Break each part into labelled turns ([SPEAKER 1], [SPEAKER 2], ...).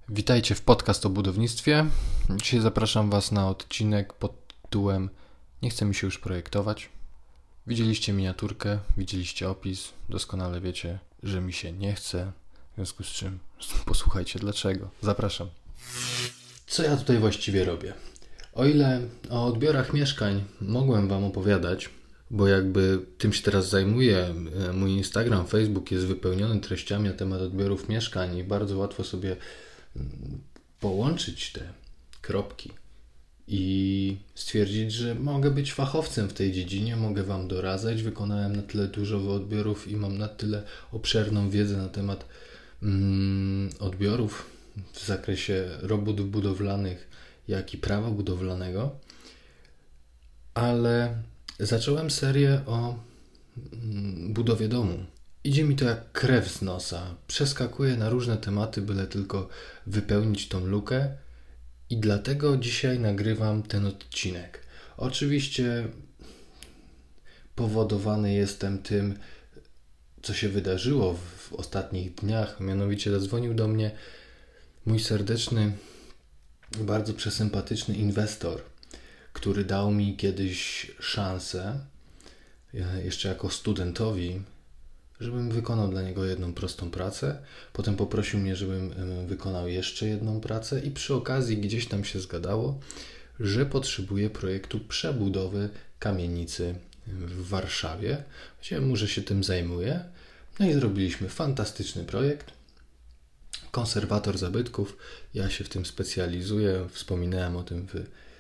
[SPEAKER 1] Witajcie w podcast o budownictwie. Dzisiaj zapraszam Was na odcinek pod tytułem Nie chce mi się już projektować. Widzieliście miniaturkę, widzieliście opis, doskonale wiecie, że mi się nie chce, w związku z czym posłuchajcie dlaczego. Zapraszam. Co ja tutaj właściwie robię? O ile o odbiorach mieszkań mogłem Wam opowiadać, bo jakby tym się teraz zajmuję, mój Instagram, Facebook jest wypełniony treściami na temat odbiorów mieszkań i bardzo łatwo sobie połączyć te kropki i stwierdzić, że mogę być fachowcem w tej dziedzinie, mogę Wam doradzać. Wykonałem na tyle dużo odbiorów i mam na tyle obszerną wiedzę na temat odbiorów w zakresie robót budowlanych, jak i prawa budowlanego, ale zacząłem serię o budowie domu. Idzie mi to jak krew z nosa. Przeskakuję na różne tematy, byle tylko wypełnić tą lukę i dlatego dzisiaj nagrywam ten odcinek. Oczywiście powodowany jestem tym, co się wydarzyło w ostatnich dniach. Mianowicie zadzwonił do mnie mój serdeczny, bardzo przesympatyczny inwestor, który dał mi kiedyś szansę, jeszcze jako studentowi, żebym wykonał dla niego jedną prostą pracę. Potem poprosił mnie, żebym wykonał jeszcze jedną pracę i przy okazji gdzieś tam się zgadało, że potrzebuje projektu przebudowy kamienicy w Warszawie. Powiedziałem mu, że się tym zajmuję. No i zrobiliśmy fantastyczny projekt. Konserwator zabytków. Ja się w tym specjalizuję. Wspominałem o tym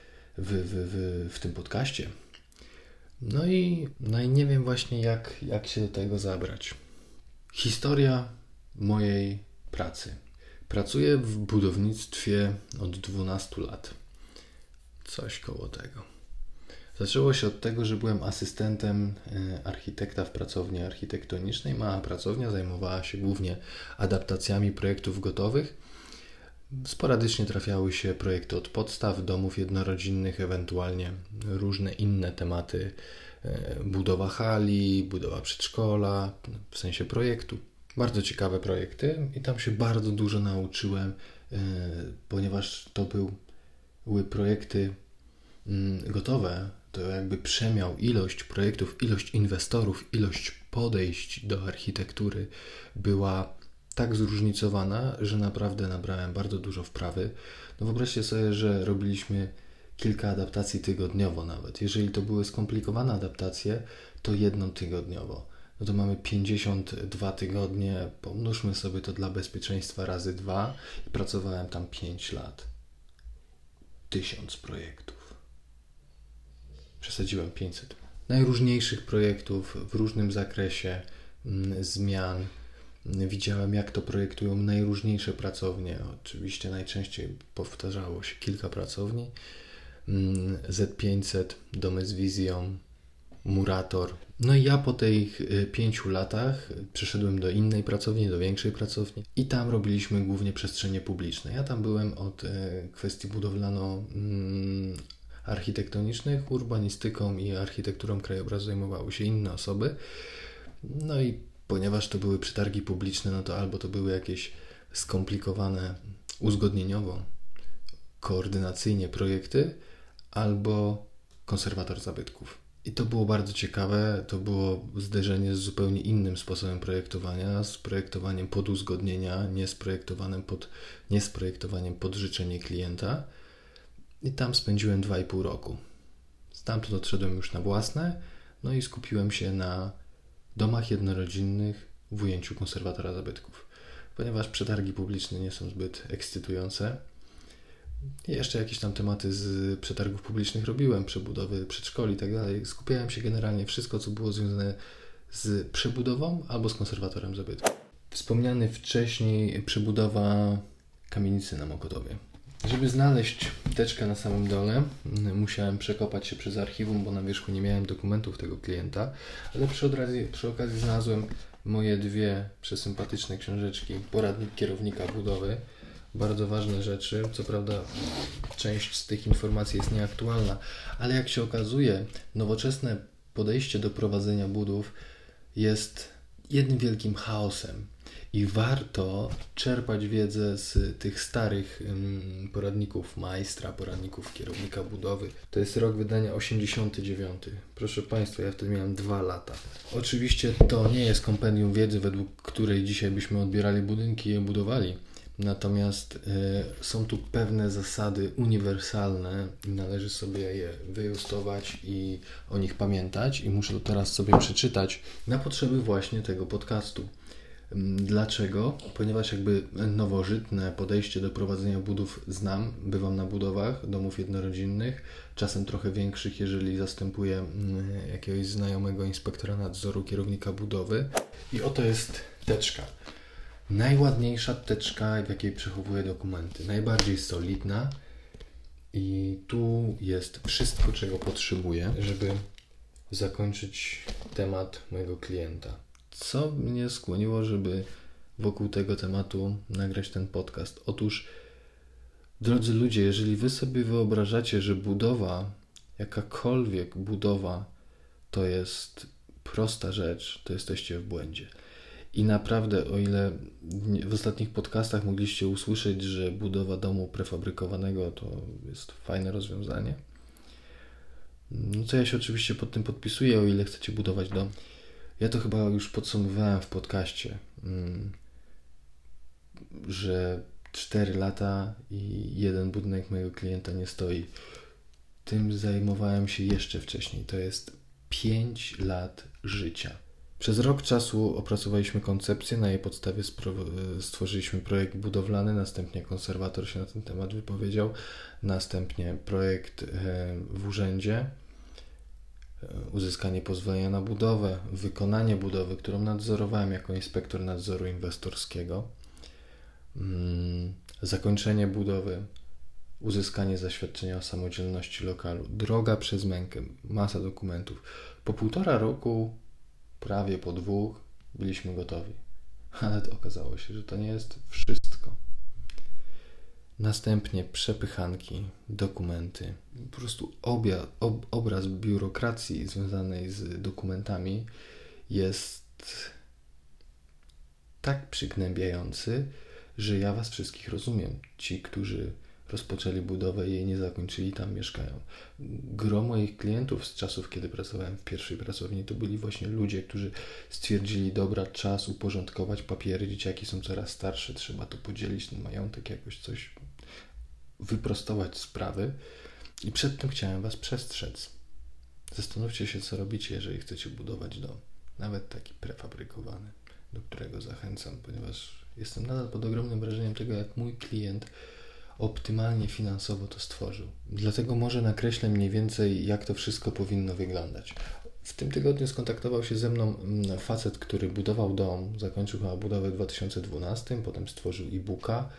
[SPEAKER 1] w tym podcaście. No i nie wiem właśnie jak się do tego zabrać. Historia mojej pracy. Pracuję w budownictwie od 12 lat. Coś koło tego. Zaczęło się od tego, że byłem asystentem architekta w pracowni architektonicznej. Mała pracownia zajmowała się głównie adaptacjami projektów gotowych. Sporadycznie trafiały się projekty od podstaw, domów jednorodzinnych, ewentualnie różne inne tematy, budowa hali, budowa przedszkola, w sensie projektu. Bardzo ciekawe projekty i tam się bardzo dużo nauczyłem, ponieważ to były projekty gotowe, to jakby przemiał ilość projektów, ilość inwestorów, ilość podejść do architektury była tak zróżnicowana, że naprawdę nabrałem bardzo dużo wprawy. No wyobraźcie sobie, że robiliśmy kilka adaptacji tygodniowo nawet. Jeżeli to były skomplikowane adaptacje, to jedną tygodniowo. No to mamy 52 tygodnie, pomnóżmy sobie to dla bezpieczeństwa razy 2 i pracowałem tam 5 lat. 1000 projektów. Przesadziłem 500. Najróżniejszych projektów w różnym zakresie zmian. Widziałem, jak to projektują najróżniejsze pracownie. Oczywiście najczęściej powtarzało się kilka pracowni. Z500, domy z wizją, Murator. No i ja po tych 5 latach przeszedłem do innej pracowni, do większej pracowni i tam robiliśmy głównie przestrzenie publiczne. Ja tam byłem od kwestii budowlano-architektonicznych, urbanistyką i architekturą krajobrazu zajmowały się inne osoby. No i ponieważ to były przetargi publiczne, no to albo to były jakieś skomplikowane uzgodnieniowo, koordynacyjnie projekty, albo konserwator zabytków. I to było bardzo ciekawe, to było zderzenie z zupełnie innym sposobem projektowania, z projektowaniem pod uzgodnienia, nie z projektowaniem pod życzenie klienta. I tam spędziłem 2,5 roku. Stamtąd odszedłem już na własne, no i skupiłem się na domach jednorodzinnych w ujęciu konserwatora zabytków. Ponieważ przetargi publiczne nie są zbyt ekscytujące. I jeszcze jakieś tam tematy z przetargów publicznych robiłem, przebudowy przedszkoli i tak dalej. Skupiałem się generalnie wszystko, co było związane z przebudową albo z konserwatorem zabytków. Wspomniany wcześniej przebudowa kamienicy na Mokotowie. Żeby znaleźć teczkę na samym dole, musiałem przekopać się przez archiwum, bo na wierzchu nie miałem dokumentów tego klienta, ale przy okazji znalazłem moje 2 przesympatyczne książeczki, poradnik kierownika budowy, bardzo ważne rzeczy, co prawda część z tych informacji jest nieaktualna, ale jak się okazuje, nowoczesne podejście do prowadzenia budów jest jednym wielkim chaosem. I warto czerpać wiedzę z tych starych poradników majstra, poradników kierownika budowy. To jest rok wydania 89. Proszę Państwa, ja wtedy miałem 2 lata. Oczywiście to nie jest kompendium wiedzy, według której dzisiaj byśmy odbierali budynki i je budowali. Natomiast są tu pewne zasady uniwersalne i należy sobie je wyjustować i o nich pamiętać. I muszę to teraz sobie przeczytać na potrzeby właśnie tego podcastu. Dlaczego? Ponieważ jakby nowożytne podejście do prowadzenia budów znam. Bywam na budowach domów jednorodzinnych, czasem trochę większych, jeżeli zastępuję jakiegoś znajomego inspektora nadzoru, kierownika budowy. I oto jest teczka. Najładniejsza teczka, w jakiej przechowuję dokumenty. Najbardziej solidna. I tu jest wszystko, czego potrzebuję, żeby zakończyć temat mojego klienta. Co mnie skłoniło, żeby wokół tego tematu nagrać ten podcast? Otóż, drodzy ludzie, jeżeli wy sobie wyobrażacie, że budowa, jakakolwiek budowa, to jest prosta rzecz, to jesteście w błędzie. I naprawdę, o ile w ostatnich podcastach mogliście usłyszeć, że budowa domu prefabrykowanego to jest fajne rozwiązanie, no to ja się oczywiście pod tym podpisuję, o ile chcecie budować dom. Ja to chyba już podsumowałem w podcaście, że 4 lata i jeden budynek mojego klienta nie stoi. Tym zajmowałem się jeszcze wcześniej. To jest 5 lat życia. Przez rok czasu opracowaliśmy koncepcję, na jej podstawie stworzyliśmy projekt budowlany, następnie konserwator się na ten temat wypowiedział, następnie projekt w urzędzie, uzyskanie pozwolenia na budowę, wykonanie budowy, którą nadzorowałem jako inspektor nadzoru inwestorskiego, zakończenie budowy, uzyskanie zaświadczenia o samodzielności lokalu, droga przez mękę, masa dokumentów. Po 1,5 roku, prawie po 2, byliśmy gotowi. Ale to okazało się, że to nie jest wszystko. Następnie przepychanki, dokumenty. Po prostu obraz biurokracji związanej z dokumentami jest tak przygnębiający, że ja was wszystkich rozumiem. Ci, którzy rozpoczęli budowę i jej nie zakończyli, tam mieszkają. Gro moich klientów z czasów, kiedy pracowałem w pierwszej pracowni, to byli właśnie ludzie, którzy stwierdzili, dobra, czas uporządkować papiery, dzieciaki są coraz starsze, trzeba to podzielić na majątek, jakoś coś wyprostować sprawy. I przed tym chciałem was przestrzec. Zastanówcie się, co robicie, jeżeli chcecie budować dom. Nawet taki prefabrykowany, do którego zachęcam, ponieważ jestem nadal pod ogromnym wrażeniem tego, jak mój klient optymalnie finansowo to stworzył. Dlatego może nakreślę mniej więcej, jak to wszystko powinno wyglądać. W tym tygodniu skontaktował się ze mną facet, który budował dom, zakończył chyba budowę w 2012, potem stworzył e-booka.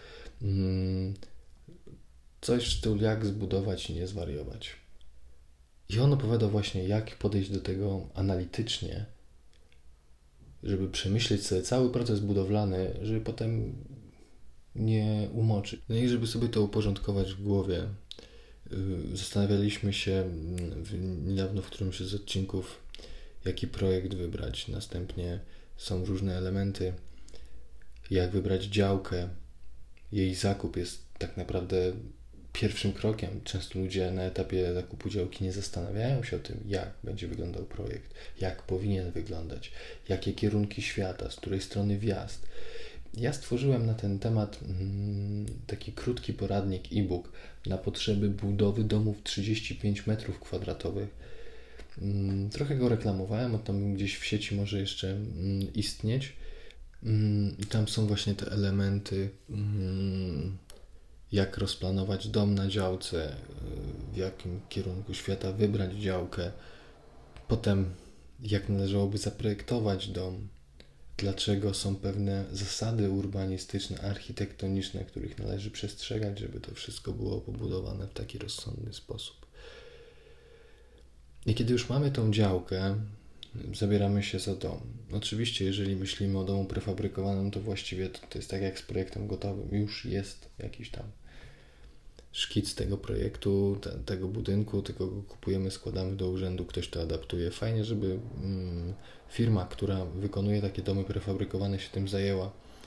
[SPEAKER 1] Coś w stylu jak zbudować i nie zwariować. I on opowiadał właśnie, jak podejść do tego analitycznie, żeby przemyśleć sobie cały proces budowlany, żeby potem nie umoczyć. No i żeby sobie to uporządkować w głowie, zastanawialiśmy się niedawno w którymś z odcinków, jaki projekt wybrać. Następnie są różne elementy, jak wybrać działkę. Jej zakup jest tak naprawdę pierwszym krokiem. Często ludzie na etapie zakupu działki nie zastanawiają się o tym, jak będzie wyglądał projekt, jak powinien wyglądać, jakie kierunki świata, z której strony wjazd. Ja stworzyłem na ten temat taki krótki poradnik e-book na potrzeby budowy domów 35 m2. Trochę go reklamowałem, a tam gdzieś w sieci może jeszcze istnieć. I tam są właśnie te elementy, jak rozplanować dom na działce, w jakim kierunku świata wybrać działkę, potem jak należałoby zaprojektować dom, dlaczego są pewne zasady urbanistyczne, architektoniczne, których należy przestrzegać, żeby to wszystko było pobudowane w taki rozsądny sposób. I kiedy już mamy tą działkę, zabieramy się za dom. Oczywiście, jeżeli myślimy o domu prefabrykowanym, to właściwie to jest tak jak z projektem gotowym. Już jest jakiś tam szkic tego projektu, tego budynku, tylko go kupujemy, składamy do urzędu, ktoś to adaptuje. Fajnie, żeby firma, która wykonuje takie domy prefabrykowane, się tym zajęła.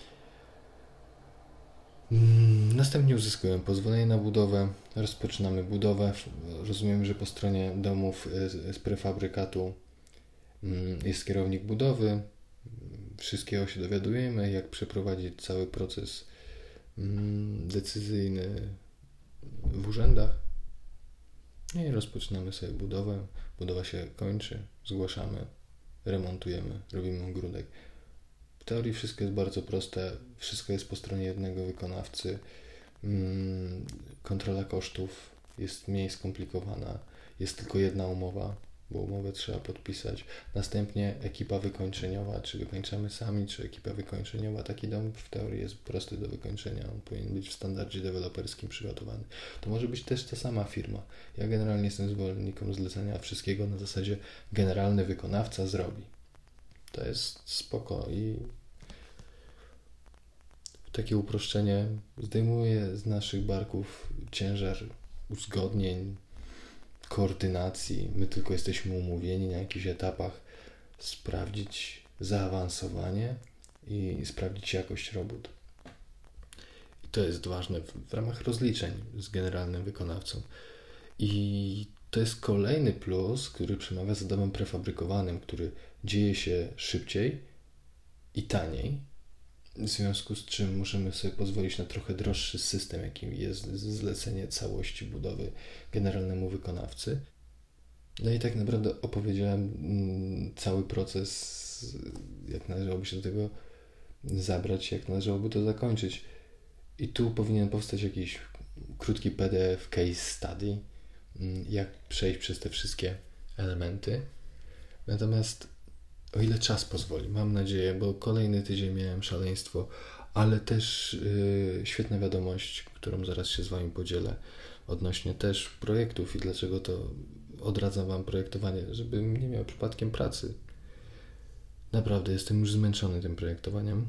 [SPEAKER 1] Następnie uzyskuję pozwolenie na budowę, rozpoczynamy budowę. Rozumiem, że po stronie domów z prefabrykatu jest kierownik budowy. Wszystkiego się dowiadujemy, jak przeprowadzić cały proces decyzyjny w urzędach. I rozpoczynamy sobie budowę. Budowa się kończy, zgłaszamy, remontujemy, robimy ogródek. W teorii wszystko jest bardzo proste, wszystko jest po stronie jednego wykonawcy. Kontrola kosztów jest mniej skomplikowana, jest tylko jedna umowa, bo umowę trzeba podpisać. Następnie ekipa wykończeniowa, czy wykończamy sami, czy ekipa wykończeniowa. Taki dom w teorii jest prosty do wykończenia, on powinien być w standardzie deweloperskim przygotowany. To może być też ta sama firma. Ja generalnie jestem zwolennikiem zlecenia wszystkiego na zasadzie generalny wykonawca zrobi. To jest spoko i takie uproszczenie zdejmuje z naszych barków ciężar uzgodnień, koordynacji. My tylko jesteśmy umówieni na jakichś etapach sprawdzić zaawansowanie i sprawdzić jakość robót. I to jest ważne w ramach rozliczeń z generalnym wykonawcą. I to jest kolejny plus, który przemawia za domem prefabrykowanym, który dzieje się szybciej i taniej, w związku z czym możemy sobie pozwolić na trochę droższy system, jakim jest zlecenie całości budowy generalnemu wykonawcy. No i tak naprawdę opowiedziałem cały proces, jak należałoby się do tego zabrać, jak należałoby to zakończyć. I tu powinien powstać jakiś krótki PDF, case study, jak przejść przez te wszystkie elementy. Natomiast o ile czas pozwoli, mam nadzieję, bo kolejny tydzień miałem szaleństwo, ale też świetna wiadomość, którą zaraz się z Wami podzielę, odnośnie też projektów i dlaczego to odradzam Wam projektowanie, żebym nie miał przypadkiem pracy. Naprawdę jestem już zmęczony tym projektowaniem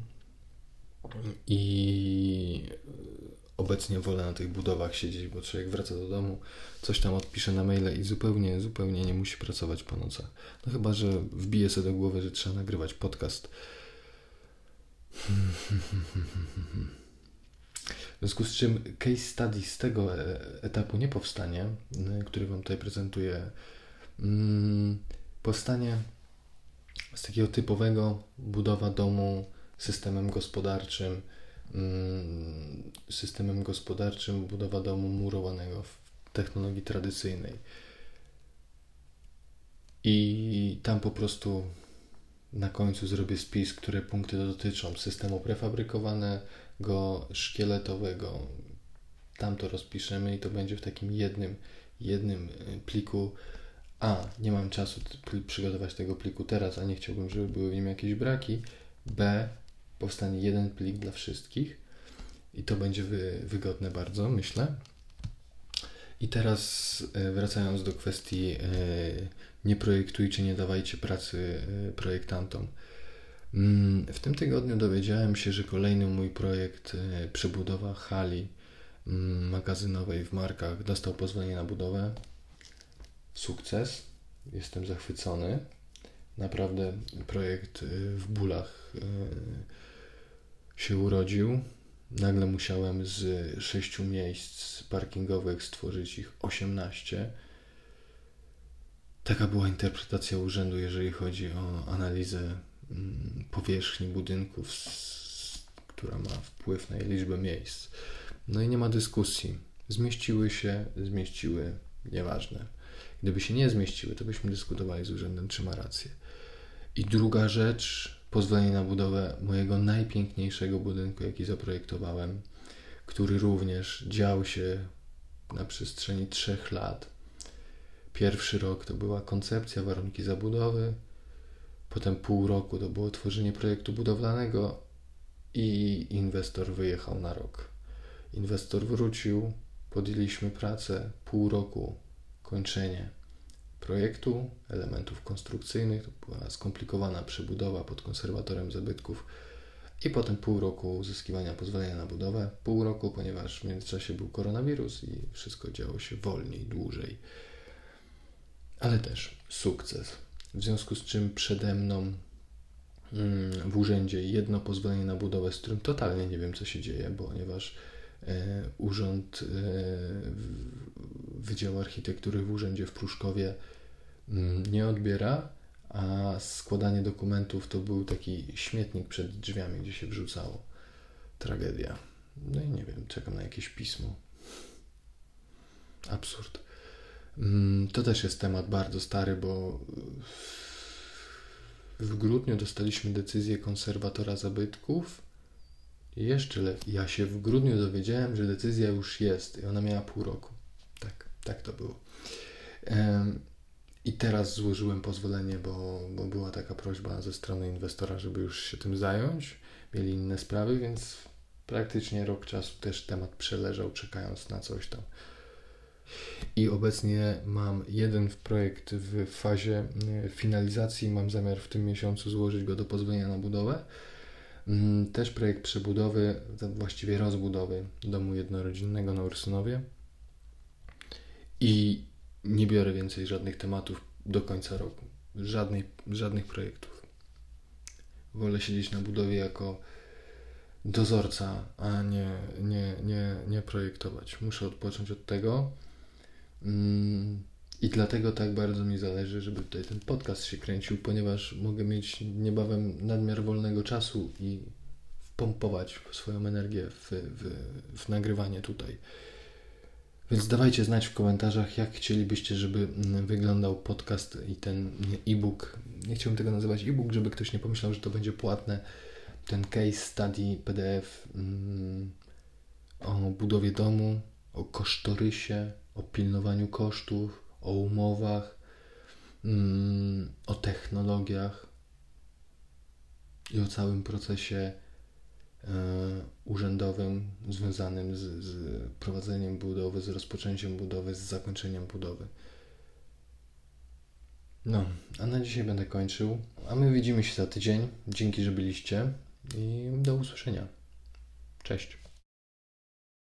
[SPEAKER 1] i obecnie wolę na tych budowach siedzieć, bo człowiek wraca do domu, coś tam odpisze na maile i zupełnie nie musi pracować po nocach. No chyba, że wbije sobie do głowy, że trzeba nagrywać podcast. W związku z czym case study z tego etapu nie powstanie, który Wam tutaj prezentuję. Powstanie z takiego typowego budowa domu systemem gospodarczym, budowa domu murowanego w technologii tradycyjnej. I tam po prostu na końcu zrobię spis, które punkty dotyczą systemu prefabrykowanego, szkieletowego. Tam to rozpiszemy i to będzie w takim jednym pliku. A, nie mam czasu przygotować tego pliku teraz, a nie chciałbym, żeby były w nim jakieś braki. B, powstanie jeden plik dla wszystkich i to będzie wygodne bardzo, myślę. I teraz wracając do kwestii nie projektujcie, nie dawajcie pracy projektantom. W tym tygodniu dowiedziałem się, że kolejny mój projekt, przebudowa hali magazynowej w Markach, dostał pozwolenie na budowę. Sukces. Jestem zachwycony. Naprawdę projekt w bólach się urodził. Nagle musiałem z 6 miejsc parkingowych stworzyć ich 18. Taka była interpretacja urzędu, jeżeli chodzi o analizę powierzchni budynków, która ma wpływ na liczbę miejsc. No i nie ma dyskusji. Zmieściły, nieważne. Gdyby się nie zmieściły, to byśmy dyskutowali z urzędem, czy ma rację. I druga rzecz, pozwolenie na budowę mojego najpiękniejszego budynku, jaki zaprojektowałem, który również dział się na przestrzeni 3 lat. Pierwszy rok to była koncepcja, warunki zabudowy, potem pół roku to było tworzenie projektu budowlanego i inwestor wyjechał na rok. Inwestor wrócił, podjęliśmy pracę, pół roku kończenie projektu, elementów konstrukcyjnych, to była skomplikowana przebudowa pod konserwatorem zabytków i potem pół roku uzyskiwania pozwolenia na budowę. Pół roku, ponieważ w międzyczasie był koronawirus i wszystko działo się wolniej, dłużej. Ale też sukces. W związku z czym przede mną w urzędzie jedno pozwolenie na budowę, z którym totalnie nie wiem, co się dzieje, ponieważ Urząd Wydziału Architektury w urzędzie w Pruszkowie nie odbiera, a składanie dokumentów to był taki śmietnik przed drzwiami, gdzie się wrzucało. Tragedia. No i nie wiem, czekam na jakieś pismo. Absurd. To też jest temat bardzo stary, bo w grudniu dostaliśmy decyzję konserwatora zabytków. I jeszcze lepiej. Ja się w grudniu dowiedziałem, że decyzja już jest i ona miała pół roku. Tak to było. I teraz złożyłem pozwolenie, bo była taka prośba ze strony inwestora, żeby już się tym zająć. Mieli inne sprawy, więc praktycznie rok czasu też temat przeleżał, czekając na coś tam. I obecnie mam jeden projekt w fazie finalizacji. Mam zamiar w tym miesiącu złożyć go do pozwolenia na budowę. Też projekt przebudowy, właściwie rozbudowy domu jednorodzinnego na Ursynowie. I nie biorę więcej żadnych tematów do końca roku. Żadnych projektów. Wolę siedzieć na budowie jako dozorca, a nie projektować. Muszę odpocząć od tego. I dlatego tak bardzo mi zależy, żeby tutaj ten podcast się kręcił, ponieważ mogę mieć niebawem nadmiar wolnego czasu i wpompować swoją energię w nagrywanie tutaj. Więc dawajcie znać w komentarzach, jak chcielibyście, żeby wyglądał podcast i ten e-book. Nie chciałbym tego nazywać e-book, żeby ktoś nie pomyślał, że to będzie płatne. Ten case study PDF o budowie domu, o kosztorysie, o pilnowaniu kosztów, o umowach, o technologiach i o całym procesie urzędowym związanym z prowadzeniem budowy, z rozpoczęciem budowy, z zakończeniem budowy. No, a na dzisiaj będę kończył. A my widzimy się za tydzień. Dzięki, że byliście i do usłyszenia. Cześć.